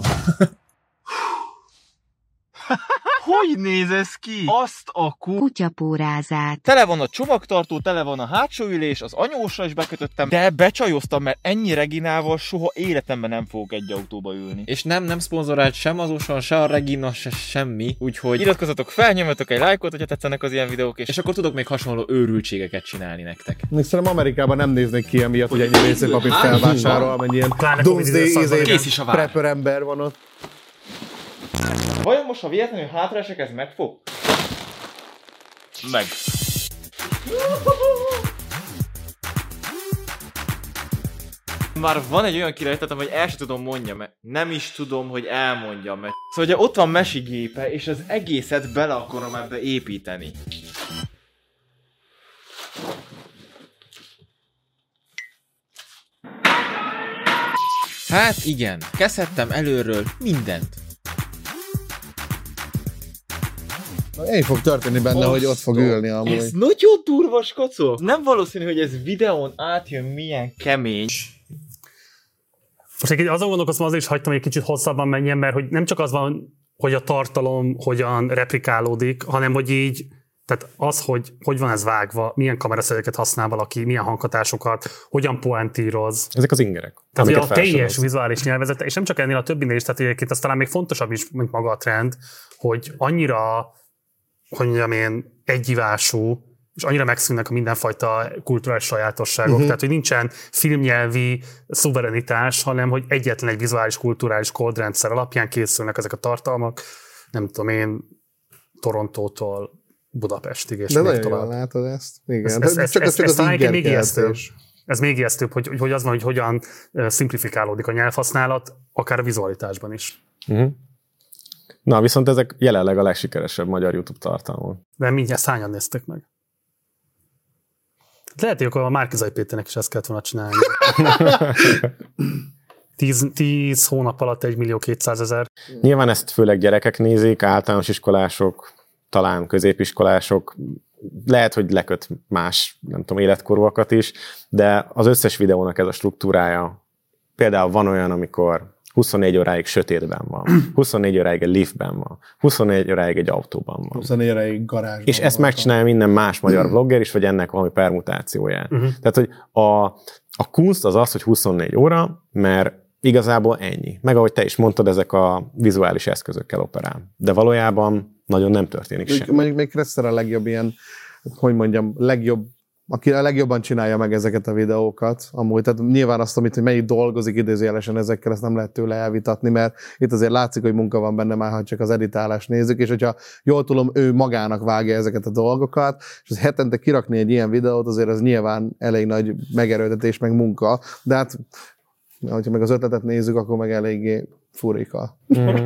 Hogy néz ez ki? Azt a kutyapórázát. Tele van a csomagtartó, tele van a hátsó ülés, az anyósra is bekötöttem, de becsajoztam, mert ennyi Reginával soha életemben nem fogok egy autóba ülni. És nem szponzorált sem az Ocean, se a Regina, se semmi, úgyhogy iratkozzatok fel, nyomjatok egy lájkot, hogyha tetszenek az ilyen videók, és akkor tudok még hasonló őrültségeket csinálni nektek. Még szerintem Amerikában nem néznék ki emiatt, hogy ennyi WC-papírt felvásárol, amennyi ilyen doomsday prepper ember van ott. Vajon most, ha véletlenül hátraesek, ez megfog? Meg. Már van egy olyan kirejtetem, hogy el sem tudom mondjam, mert nem is tudom, hogy elmondjam. Mert... Szóval ugye ott van mesigépe, és az egészet bele akarom ebbe építeni. Hát igen, kezdhettem előről mindent. Én fog történni benne, hogy ott fog ülni amúgy. Ez nagyon durva, skacok. Nem valószínű, hogy ez videón átjön milyen kemény. Most egy azon gondolkozom, azért is hagytam, hogy egy kicsit hosszabban menjen, mert hogy nem csak az van, hogy a tartalom hogyan replikálódik, hanem hogy így, tehát az, hogy van ez vágva, milyen kameraszögeket használ valaki, milyen hanghatásokat, hogyan poentíroz. Ezek az ingerek. Tehát a teljes vizuális nyelvezete, és nem csak ennél a többinél is, tehát egyébként az talán még fontosabb is, mint maga a trend, hogy annyira, hogy mondjam én, egyivású, és annyira megszűnnek a mindenfajta kulturális sajátosságok. Tehát, hogy nincsen filmnyelvi szuverenitás, hanem hogy egyetlen egy vizuális kulturális kódrendszer alapján készülnek ezek a tartalmak, nem tudom én, Torontótól Budapestig, és de még nagyon tovább. Jól látod ezt. Igen. Ez talán még ijesztőbb. És... Ez még ijesztőbb, hogy az van, hogy hogyan szimplifikálódik a nyelvhasználat, akár a vizualitásban is. Na, viszont ezek jelenleg a legsikeresebb magyar YouTube tartalmak. De mindjárt hányan néztek meg? Lehet, hogy akkor a Márki-Zay Péternek is ezt kellett volna csinálni. 10 hónap alatt 1.200.000. Nyilván ezt főleg gyerekek nézik, általános iskolások, talán középiskolások, lehet, hogy leköt más, nem tudom, életkorúakat is, de az összes videónak ez a struktúrája. Például van olyan, amikor 24 óráig sötétben van, 24 óráig egy liftben van, 24 óráig egy autóban van. 24 óráig garázsban. És ezt megcsinálja minden más magyar vlogger is, vagy ennek valami permutációja. Tehát, hogy a kunst az, hogy 24 óra, mert igazából ennyi. Meg ahogy te is mondtad, ezek a vizuális eszközökkel operál. De valójában nagyon nem történik semmi. Mondjuk még Kresszer a legjobb ilyen, hogy mondjam, aki a legjobban csinálja meg ezeket a videókat, amúgy, tehát nyilván azt, amit melyik dolgozik idézőjelesen ezekkel, ezt nem lehet tőle elvitatni, mert itt azért látszik, hogy munka van benne már, ha csak az editálást nézzük, és hogyha jól tudom, ő magának vágja ezeket a dolgokat, és az hetente kirakni egy ilyen videót, azért az nyilván elég nagy megerőltetés, meg munka, de hát, hogyha meg az ötletet nézzük, akkor meg eléggé furika.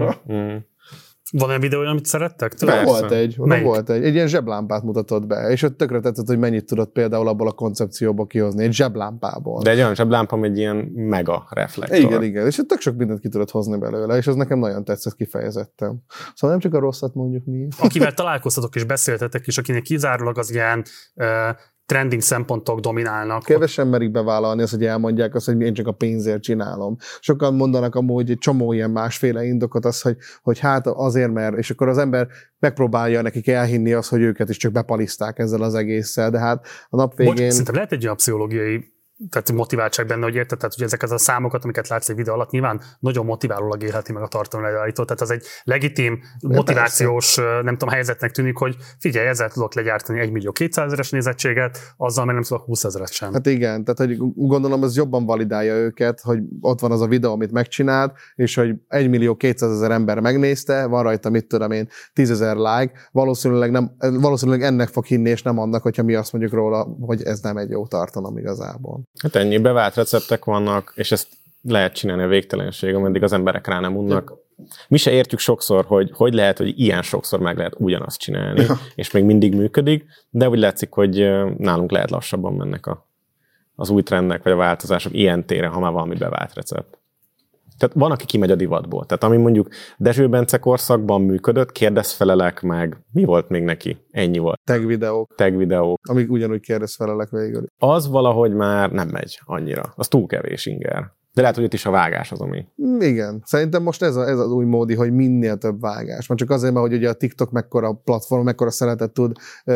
Van olyan videó, amit szerettek? Volt egy ilyen zseblámpát mutatott be, és ott tökre tetszett, hogy mennyit tudott például abból a koncepcióból kihozni, egy zseblámpából. De egy olyan zseblámpa, egy ilyen mega reflektor. Igen, és tök sok mindent ki tudott hozni belőle, és az nekem nagyon tetszett kifejezetten. Szóval nem csak a rosszat mondjuk mi. Akivel találkoztatok és beszéltetek, és akinek kizárólag az ilyen trending szempontok dominálnak. Kevesen merik bevállalni azt, hogy elmondják azt, hogy én csak a pénzért csinálom. Sokan mondanak amúgy egy csomó ilyen másféle indokot, az, hogy hát azért, mert, és akkor az ember megpróbálja nekik elhinni azt, hogy őket is csak bepaliszták ezzel az egésszel, de hát a nap végén... Szerintem lehet egy olyan pszichológiai motiváltság benne, hogy érted, tehát hogy ezeket a számokat, amiket látsz egy videó alatt, nyilván nagyon motiválólag élheti meg a tartalom előállító. Tehát az egy legitim motivációs, nem tudom, helyzetnek tűnik, hogy figyelj, ezzel tudok legyártani 1.200.000-es nézettséget, azzal meg nem tudok 20.000-et sem. Hát igen, tehát hogy gondolom, ez jobban validálja őket, hogy ott van az a videó, amit megcsinált, és hogy 1.200.000 ember megnézte, van rajta, mit tudom én, 10.000 like, valószínűleg ennek fog hinni, és nem annak, hogyha mi azt mondjuk róla, hogy ez nem egy jó tartalom igazából. Hát ennyi bevált receptek vannak, és ezt lehet csinálni a végtelenség, ameddig az emberek rá nem unnak. Mi se értjük sokszor, hogy lehet, hogy ilyen sokszor meg lehet ugyanazt csinálni, és még mindig működik, de úgy látszik, hogy nálunk lehet lassabban mennek az új trendek, vagy a változások ilyen téren, ha már valami bevált recept. Tehát van, aki kimegy a divatból. Tehát ami mondjuk Dezső Bence korszakban működött, kérdezfelelek meg, mi volt még neki? Ennyi volt. Tag videók. Amik ugyanúgy kérdezfelelek végül. Az valahogy már nem megy annyira. Az túl kevés inger. De lehet, hogy itt is a vágás az, ami... Igen. Szerintem most ez az új módi, hogy minél több vágás. Már csak azért, mert hogy ugye a TikTok mekkora platform, mekkora szeretet tud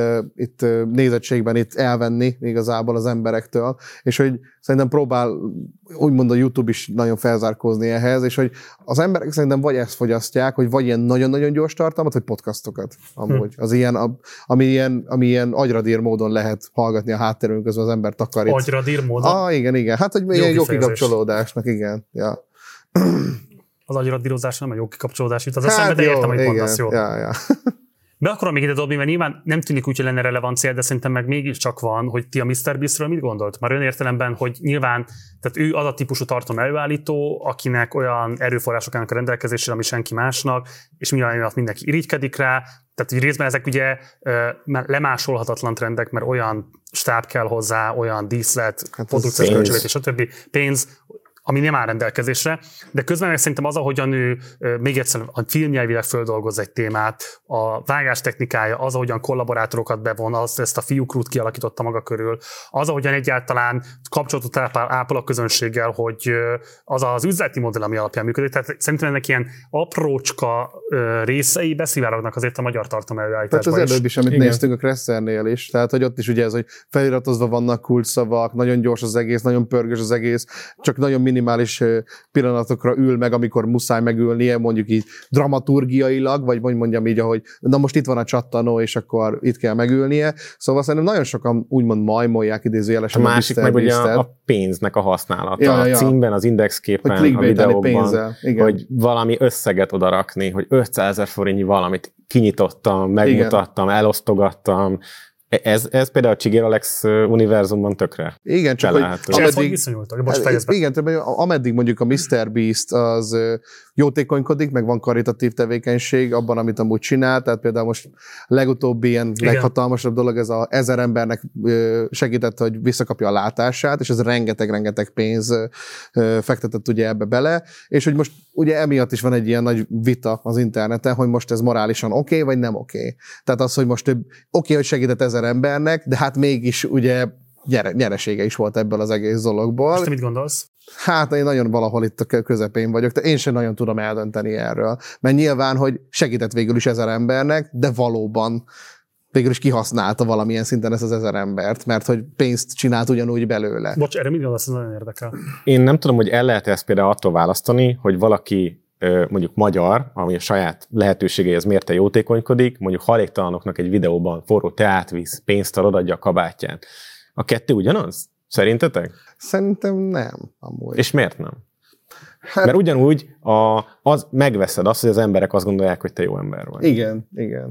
itt nézettségben itt elvenni igazából az emberektől, és hogy szerintem próbál úgymond a YouTube is nagyon felzárkózni ehhez, és hogy az emberek szerintem vagy ezt fogyasztják, hogy vagy ilyen nagyon-nagyon gyors tartalmat, vagy podcastokat amúgy. Az ilyen, ami ilyen agyradír módon lehet hallgatni a háttérünk, közben az ember takarít. Agyradír módon? Igen. Hát, hogy ilyen jó kikapcsolódásnak, igen. Ja. Az agyradírozás nem a jó kikapcsolódás, itt az eszembe, de értem, hogy mondasz, jó. Ja. Be akarom még ide dobni, mert nyilván nem tűnik úgy, hogy lenne relevancia, de szerintem meg mégiscsak van, hogy ti a MrBeastről mit gondolt? Már olyan értelemben, hogy nyilván, tehát ő az a típusú tartalom előállító, akinek olyan erőforrások állnak a rendelkezésre, ami senki másnak, és nyilván mindenki irigykedik rá. Tehát így részben ezek ugye lemásolhatatlan trendek, mert olyan stáb kell hozzá, olyan díszlet, produkciós költségvetés, stb. Pénz, ami nem áll rendelkezésre, de közben meg szerintem az, ahogyan ő még egyszer a filmnyelvileg földolgoz egy témát, a vágás technikája, az, ahogyan kollaborátorokat bevon, ezt a fiúkrút kialakította maga körül, az, ahogyan egyáltalán kapcsolatot ápol a közönséggel, hogy az az üzleti modell, ami alapján működik. Tehát szerintem ennek ilyen aprócska részei beszivárognak azért a magyar tartalom előállításban. Tehát az előbb is, amit néztünk a Kresszernél is, tehát hogy ott is ugye ez, hogy feliratozva vannak kulcsszavak, nagyon gyors az egész, nagyon pörgős az egész, csak nagyon minimális pillanatokra ül meg, amikor muszáj megülnie, mondjuk így dramaturgiailag, vagy mondjam így, ahogy na most itt van a csattanó, és akkor itt kell megülnie. Szóval szerintem nagyon sokan úgymond majmolják idézőjelesen a másik meg ugye a pénznek a használata. A címben, az indexképen, a videóban, hogy valami összeget odarakni, hogy 500 000 forintnyi valamit kinyitottam, megmutattam, elosztogattam. Ez például a Csigér Alex univerzumban tökre. Igen, csak ameddig mondjuk a MrBeast az jótékonykodik, meg van karitatív tevékenység abban, amit amúgy csinál, tehát például most legutóbbi ilyen leghatalmasabb dolog, ez a 1000 embernek segített, hogy visszakapja a látását, és ez rengeteg pénz fektetett ugye ebbe bele, és hogy most ugye emiatt is van egy ilyen nagy vita az interneten, hogy most ez morálisan oké, vagy nem oké. Tehát az, hogy most oké, hogy segített 1000 embernek, de hát mégis ugye nyeresége is volt ebből az egész dologból. Most te mit gondolsz? Hát én nagyon valahol itt a közepén vagyok, de én sem nagyon tudom eldönteni erről. Mert nyilván, hogy segített végül is 1000 embernek, de valóban végül is kihasználta valamilyen szinten ezt az 1000 embert, mert hogy pénzt csinált ugyanúgy belőle. Bocs, erre mit gondolsz, ez nagyon érdekel. Én nem tudom, hogy el lehet ezt például attól választani, hogy valaki mondjuk magyar, ami a saját lehetőségeihez mérte jótékonykodik, mondjuk hajléktalanoknak egy videóban forró teát visz, pénzt odaadja a kabátját. A kettő ugyanaz? Szerintetek? Szerintem nem. Amúgy. És miért nem? Hát, mert ugyanúgy megveszed azt, hogy az emberek azt gondolják, hogy te jó ember vagy. Igen.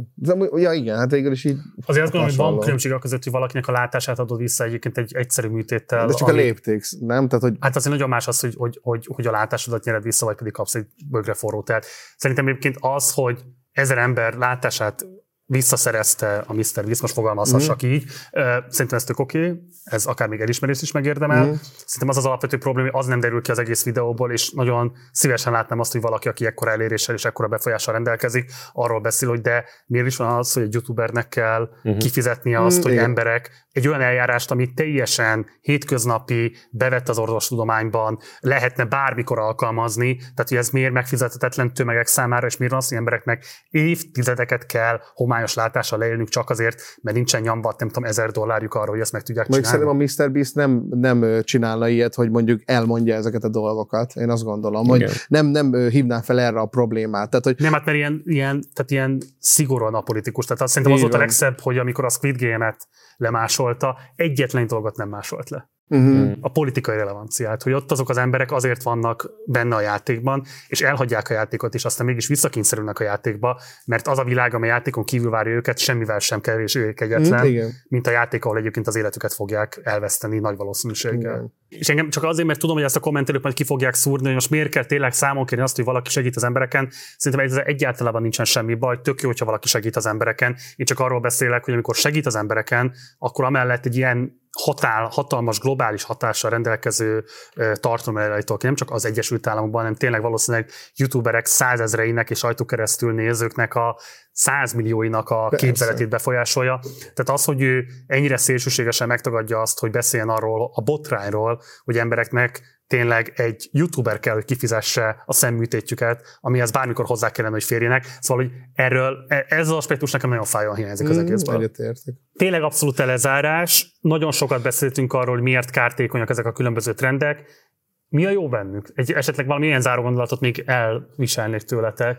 Ja, igen, hát végül is így. Azért azt gondolom, hogy van különbség a között, hogy valakinek a látását adod vissza egyébként egy egyszerű műtéttel. De csak a lépték, nem? Tehát, hogy... Hát azért nagyon más az, hogy a látásodat nyered vissza, vagy pedig kapsz egy bögre forró teát. Szerintem egyébként az, hogy 1000 ember látását visszaszerezte a MrBeast, most fogalmazhassak így. Szerintem ez tök oké, ez akár még elismerést is megérdemel. Szerintem az az alapvető probléma, hogy az nem derül ki az egész videóból, és nagyon szívesen látnám azt, hogy valaki, aki ekkora eléréssel és ekkora befolyással rendelkezik, arról beszél, hogy de miért is van az, hogy egy youtubernek kell kifizetni azt, hogy emberek egy olyan eljárást, amit teljesen hétköznapi, bevett az orvostudományban, lehetne bármikor alkalmazni, tehát hogy ez miért megfizethetetlen tömegek számára, és miért van az, hogy embereknek évtizedeket kell homályos látással leélnünk csak azért, mert nincsen nyombat, nem tudom, $1000 arra, hogy ezt meg tudják csinálni. Szerintem a MrBeast nem csinálna ilyet, hogy mondjuk elmondja ezeket a dolgokat. Én azt gondolom, hogy nem hívnám fel erre a problémát. Tehát, hogy... Nem, hát mert ilyen szigorúan apolitikus. Tehát azt szerintem az volt a legszebb, hogy amikor a Squid Game-et lemásolta, egyetlen dolgot nem másolt le. A politikai relevanciát, hogy ott azok az emberek azért vannak benne a játékban, és elhagyják a játékot, és aztán mégis visszakényszerülnek a játékba, mert az a világ, amely játékon kívül várja őket, semmivel sem kevésbé kegyetlen, mint a játék, ahol egyébként az életüket fogják elveszteni nagy valószínűséggel. És engem csak azért, mert tudom, hogy ezt a kommentelők majd ki fogják szúrni, hogy most miért kell tényleg számon kérni azt, hogy valaki segít az embereken. Szerintem egyáltalán nincsen semmi baj, tök jó, hogyha valaki segít az embereken. Én csak arról beszélek, hogy amikor segít az embereken, akkor amellett egy ilyen hatalmas globális hatással rendelkező tartalomeleállító, aki nem csak az Egyesült Államokban, hanem tényleg valószínűleg youtuberek 100 000-einek és ajtó keresztül nézőknek a 100 millióinak a képzeletét befolyásolja. Tehát az, hogy ő ennyire szélsőségesen megtagadja azt, hogy beszéljen arról a botrányról, hogy embereknek tényleg egy youtuber kell, hogy kifizesse a szemműtétjüket, amihez bármikor hozzá kellene, hogy férjenek. Szóval, hogy ez az aspektus nekem nagyon fájóan hiányzik az egészből. Tényleg abszolút lezárás. Nagyon sokat beszéltünk arról, hogy miért kártékonyak ezek a különböző trendek. Mi a jó bennük? Esetleg valami ilyen záró gondolatot még elviselnék tőletek,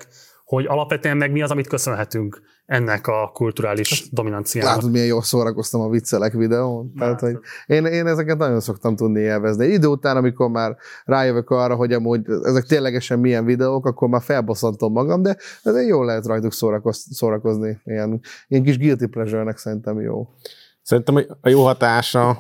hogy alapvetően meg mi az, amit köszönhetünk ennek a kulturális dominanciának. Látod, milyen jól szórakoztam a viccelek videón? Tehát, hogy én ezeket nagyon szoktam tudni élvezni. Idő után, amikor már rájövök arra, hogy amúgy ezek ténylegesen milyen videók, akkor már felbosszantom magam, de jól lehet rajtuk szórakozni. Ilyen kis guilty pleasure-nek szerintem jó. Szerintem a jó hatása,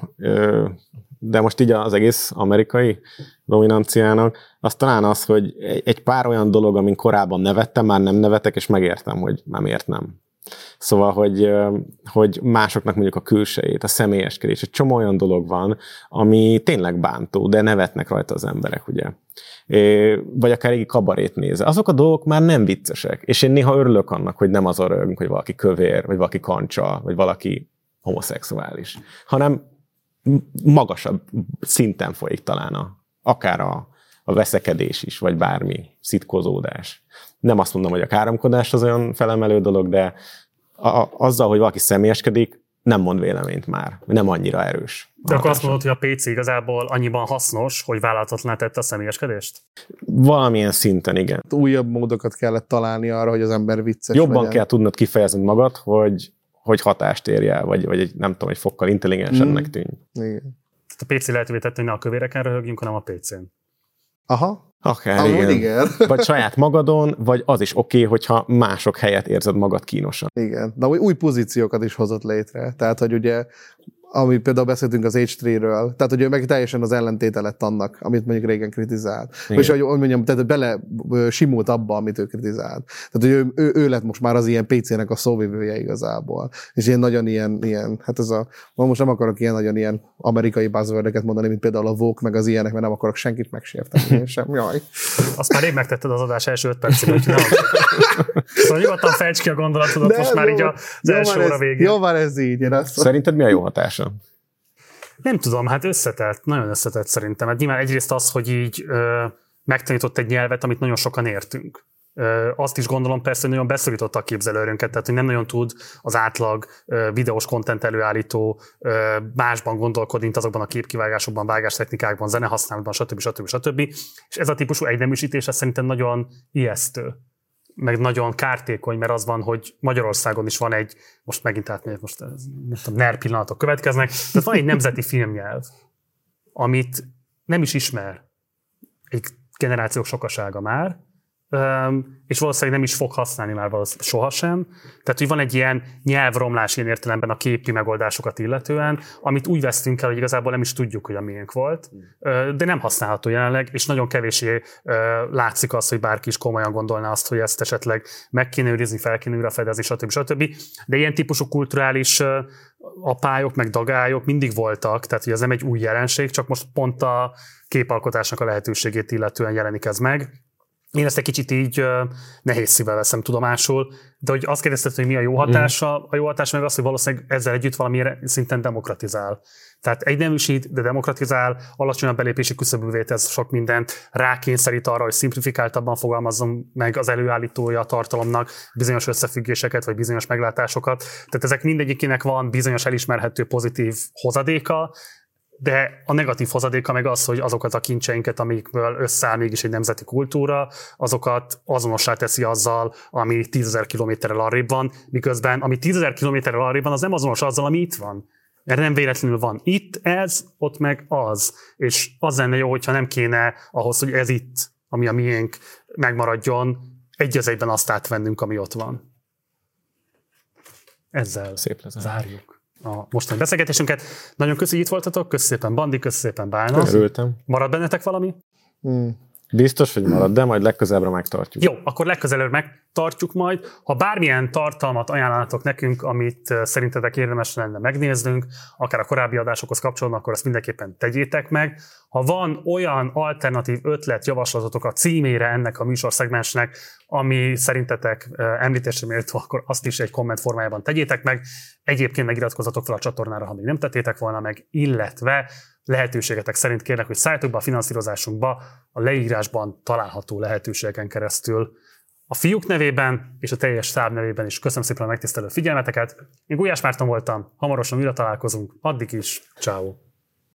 de most így az egész amerikai dominanciának, az talán az, hogy egy pár olyan dolog, amin korábban nevettem, már nem nevetek, és megértem, hogy már miért nem. Szóval, hogy másoknak mondjuk a külsejét, a személyeskedés, egy csomó olyan dolog van, ami tényleg bántó, de nevetnek rajta az emberek, ugye. Vagy akár régi kabarét nézve. Azok a dolgok már nem viccesek, és én néha örülök annak, hogy nem az a rögünk, hogy valaki kövér, vagy valaki kancsa, vagy valaki homoszexuális, hanem magasabb szinten folyik talán akár a veszekedés is, vagy bármi szitkozódás. Nem azt mondom, hogy a káromkodás az olyan felemelő dolog, de azzal, hogy valaki személyeskedik, nem mond véleményt már, nem annyira erős. De akkor azt mondod, hogy a PC igazából annyiban hasznos, hogy vállalhatatlaná tette a személyeskedést? Valamilyen szinten, igen. Újabb módokat kellett találni arra, hogy az ember vicces Jobban legyen. kell tudnod kifejezni magad, hogy hatást érj el, vagy egy, nem tudom, egy fokkal intelligensebbnek tűnj. Igen. A PC lehetővé tette, hogy ne a kövéreken röhögjünk, hanem a PC-n. Aha. Akár, igen. Vagy saját magadon, vagy az is oké, hogyha mások helyett érzed magad kínosan. Igen, de új pozíciókat is hozott létre. Tehát, hogy ugye, amit például beszéltünk az H3-ről, tehát, hogy ő meg teljesen az ellentéte lett annak, amit mondjuk régen kritizált. Igen. És hogy mondjam, tehát bele simult abba, amit ő kritizált. Tehát, hogy ő lett most már az ilyen PC-nek a szóvivője igazából. És ilyen nagyon ilyen hát ez most nem akarok ilyen nagyon ilyen amerikai buzzwordeket mondani, mint például a Vogue, meg az ilyenek, mert nem akarok senkit megsérteni. Én sem, jaj. Azt már rég megtetted az adás első 5 percében, úgyhogy nem. Szóval nyugodtan fejtsd ki a gondolatodat, de most már így az első óra végén. Jó, már ez így. Szerinted mi a jó hatása? Nem tudom, hát összetett, nagyon összetett szerintem. Hát nyilván egyrészt az, hogy így megtanított egy nyelvet, amit nagyon sokan értünk. Azt is gondolom persze, hogy nagyon beszorította a képzelőerőnket, tehát hogy nem nagyon tud az átlag videós content előállító másban gondolkodni, mint azokban a képkivágásokban, vágástechnikákban, zenehasználatban, stb. És ez a típusú egyneműsítés szerintem nagyon ijesztő, meg nagyon kártékony, mert az van, hogy Magyarországon is van egy, most megint átmegyek, most NER pillanatok következnek, tehát van egy nemzeti filmnyelv, amit nem is ismer egy generációk sokasága már, és valószínűleg nem is fog használni már sohasem. Tehát, hogy van egy ilyen nyelvromlás ilyen értelemben a képi megoldásokat illetően, amit úgy vesztünk el, hogy igazából nem is tudjuk, hogy a miénk volt, de nem használható jelenleg, és nagyon kevéssé látszik az, hogy bárki is komolyan gondolná azt, hogy ezt esetleg meg kéne őrizni, fel kéne újrafedezni, stb. De ilyen típusú kulturális apályok, meg dagályok mindig voltak, tehát hogy ez nem egy új jelenség, csak most pont a képalkotásnak a lehetőségét illetően jelenik ez meg. Én ezt egy kicsit így nehéz szívvel veszem tudomásul, de hogy azt kérdezted, hogy mi a jó hatása, a jó hatása meg az, hogy valószínűleg ezzel együtt valamilyen szinten demokratizál. Tehát egyneműsít, de demokratizál, alacsonyabb belépési küszöbűvé tesz sok mindent, rákényszerít arra, hogy szimplifikáltabban fogalmazzon meg az előállítója a tartalomnak bizonyos összefüggéseket, vagy bizonyos meglátásokat. Tehát ezek mindegyikének van bizonyos elismerhető pozitív hozadéka, de a negatív hozadéka meg az, hogy azokat a kincseinket, amikből összeáll mégis egy nemzeti kultúra, azokat azonossá teszi azzal, ami 10 000 kilométerrel arrébb van, miközben ami 10 000 kilométerrel arrébb van, az nem azonos azzal, ami itt van. Mert nem véletlenül van itt ez, ott meg az. És az lenne jó, hogyha nem kéne ahhoz, hogy ez itt, ami a miénk, megmaradjon, egy az egyben azt átvennünk, ami ott van. Ezzel szép zárjuk a mostani beszélgetésünket. Nagyon köszi, hogy itt voltatok, köszi szépen Bandi, köszi szépen Bálna. Örültem. Marad bennetek valami? Biztos, hogy marad, de majd legközelebbre megtartjuk. Jó, akkor legközelebb megtartjuk majd. Ha bármilyen tartalmat ajánlanátok nekünk, amit szerintetek érdemes lenne megnéznünk, akár a korábbi adásokhoz kapcsolódnak, akkor ezt mindenképpen tegyétek meg. Ha van olyan alternatív ötlet, javaslatotok a címére ennek a műsorszegmensnek, ami szerintetek említésre méltó, akkor azt is egy komment formájában tegyétek meg. Egyébként megiratkozzatok fel a csatornára, ha még nem tettétek volna meg, illetve lehetőségetek szerint kérlek, hogy szálljatok be a finanszírozásunkba a leírásban található lehetőségeken keresztül. A fiúk nevében és a teljes stáb nevében is köszönöm szépen a megtisztelő figyelmeteket. Én Gulyás Márton voltam, hamarosan újra találkozunk, addig is, ciao.